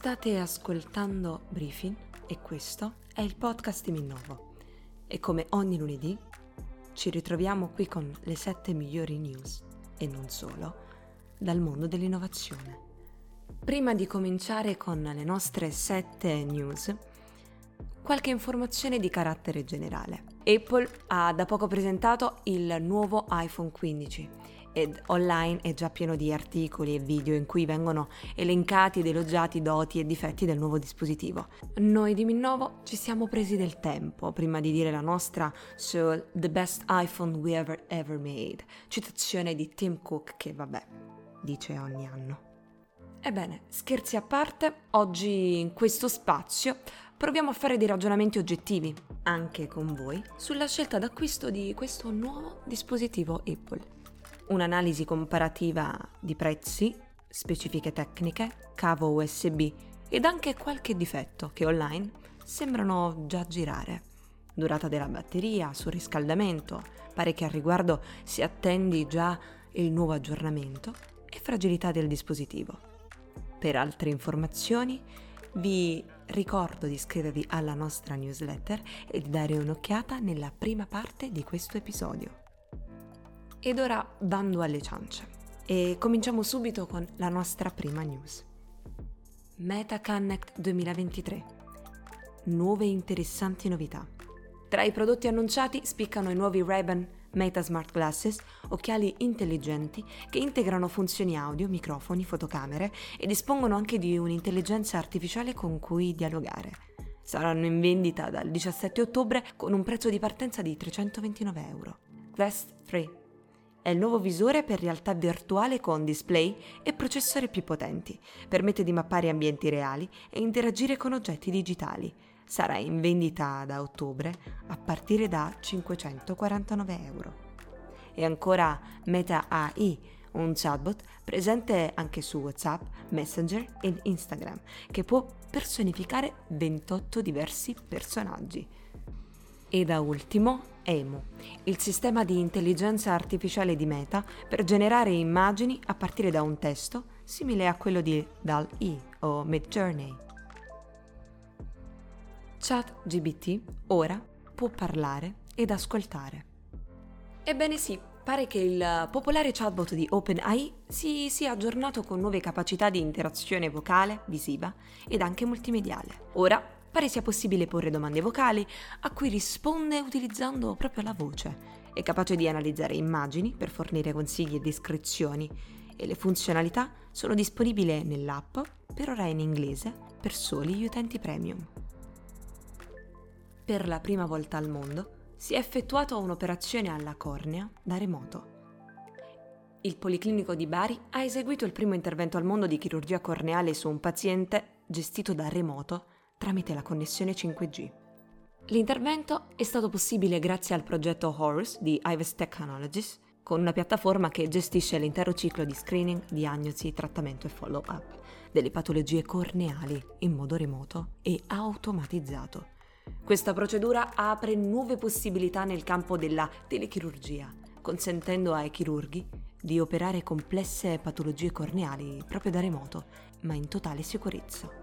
State ascoltando Briefing e questo è il podcast di Minnovo. E come ogni lunedì ci ritroviamo qui con le 7 migliori news, e non solo, dal mondo dell'innovazione. Prima di cominciare con le nostre 7 news, qualche informazione di carattere generale. Apple ha da poco presentato il nuovo iPhone 15 ed online è già pieno di articoli e video in cui vengono elencati ed elogiati doti e difetti del nuovo dispositivo. Noi di Minnovo ci siamo presi del tempo prima di dire la nostra su The Best iPhone We Ever Made, citazione di Tim Cook che dice ogni anno. Ebbene, scherzi a parte, oggi in questo spazio proviamo a fare dei ragionamenti oggettivi, anche con voi, sulla scelta d'acquisto di questo nuovo dispositivo Apple. Un'analisi comparativa di prezzi, specifiche tecniche, cavo USB ed anche qualche difetto che online sembrano già girare. Durata della batteria, surriscaldamento, pare che al riguardo si attendi già il nuovo aggiornamento e fragilità del dispositivo. Per altre informazioni vi ricordo di iscrivervi alla nostra newsletter e di dare un'occhiata nella prima parte di questo episodio. Ed ora bando alle ciance e cominciamo subito con la nostra prima news. Meta Connect 2023. Nuove interessanti novità. Tra i prodotti annunciati spiccano i nuovi Ray-Ban Meta Smart Glasses, occhiali intelligenti che integrano funzioni audio, microfoni, fotocamere e dispongono anche di un'intelligenza artificiale con cui dialogare. Saranno in vendita dal 17 ottobre con un prezzo di partenza di €329. Quest 3 è il nuovo visore per realtà virtuale con display e processori più potenti. Permette di mappare ambienti reali e interagire con oggetti digitali. Sarà in vendita da ottobre a partire da €549. E ancora Meta AI, un chatbot presente anche su WhatsApp, Messenger e Instagram, che può personificare 28 diversi personaggi. E da ultimo Emu, il sistema di intelligenza artificiale di Meta per generare immagini a partire da un testo simile a quello di DALL-E o Midjourney. ChatGPT ora può parlare ed ascoltare. Ebbene sì, pare che il popolare chatbot di OpenAI si sia aggiornato con nuove capacità di interazione vocale, visiva ed anche multimediale. Ora pare sia possibile porre domande vocali a cui risponde utilizzando proprio la voce. È capace di analizzare immagini per fornire consigli e descrizioni e le funzionalità sono disponibili nell'app, per ora in inglese, per soli gli utenti premium. Per la prima volta al mondo si è effettuata un'operazione alla cornea da remoto. Il Policlinico di Bari ha eseguito il primo intervento al mondo di chirurgia corneale su un paziente gestito da remoto tramite la connessione 5G. L'intervento è stato possibile grazie al progetto Horus di Ives Technologies, con una piattaforma che gestisce l'intero ciclo di screening, diagnosi, trattamento e follow-up delle patologie corneali in modo remoto e automatizzato. Questa procedura apre nuove possibilità nel campo della telechirurgia, consentendo ai chirurghi di operare complesse patologie corneali proprio da remoto, ma in totale sicurezza.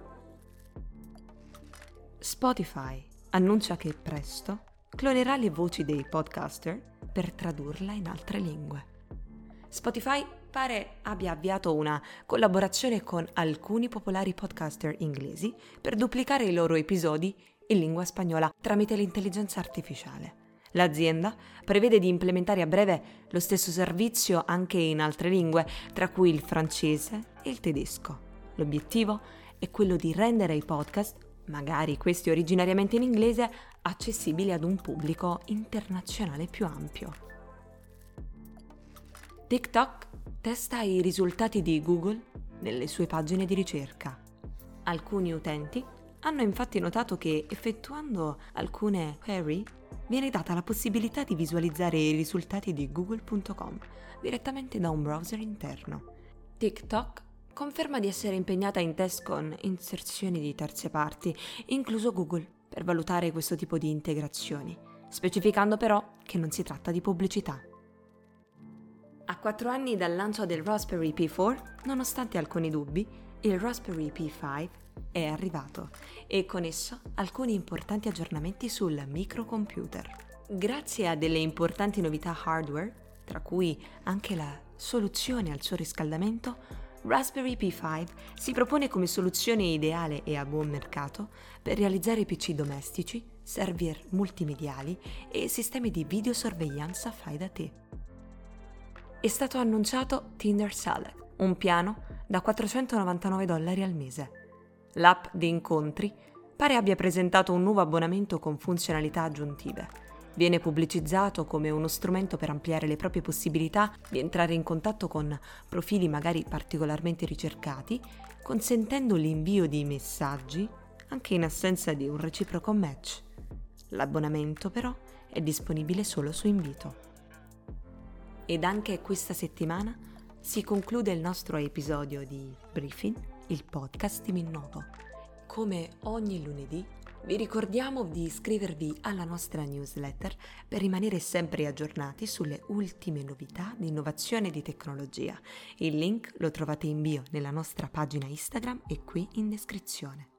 Spotify annuncia che presto clonerà le voci dei podcaster per tradurla in altre lingue. Spotify pare abbia avviato una collaborazione con alcuni popolari podcaster inglesi per duplicare i loro episodi in lingua spagnola tramite l'intelligenza artificiale. L'azienda prevede di implementare a breve lo stesso servizio anche in altre lingue, tra cui il francese e il tedesco. L'obiettivo è quello di rendere i podcast, magari questi originariamente in inglese, accessibili ad un pubblico internazionale più ampio. TikTok testa i risultati di Google nelle sue pagine di ricerca. Alcuni utenti hanno infatti notato che effettuando alcune query viene data la possibilità di visualizzare i risultati di google.com direttamente da un browser interno. TikTok conferma di essere impegnata in test con inserzioni di terze parti, incluso Google, per valutare questo tipo di integrazioni, specificando però che non si tratta di pubblicità. A 4 anni dal lancio del Raspberry Pi 4, nonostante alcuni dubbi, il Raspberry Pi 5 è arrivato e con esso alcuni importanti aggiornamenti sul microcomputer. Grazie a delle importanti novità hardware, tra cui anche la soluzione al surriscaldamento, Raspberry Pi 5 si propone come soluzione ideale e a buon mercato per realizzare PC domestici, server multimediali e sistemi di videosorveglianza fai da te. È stato annunciato Tinder Select, un piano da $499 al mese. L'app di incontri pare abbia presentato un nuovo abbonamento con funzionalità aggiuntive. Viene pubblicizzato come uno strumento per ampliare le proprie possibilità di entrare in contatto con profili magari particolarmente ricercati, consentendo l'invio di messaggi anche in assenza di un reciproco match. L'abbonamento però è disponibile solo su invito. Ed anche questa settimana si conclude il nostro episodio di Briefing, il podcast di Minnovo. Come ogni lunedì, vi ricordiamo di iscrivervi alla nostra newsletter per rimanere sempre aggiornati sulle ultime novità di innovazione e di tecnologia. Il link lo trovate in bio nella nostra pagina Instagram e qui in descrizione.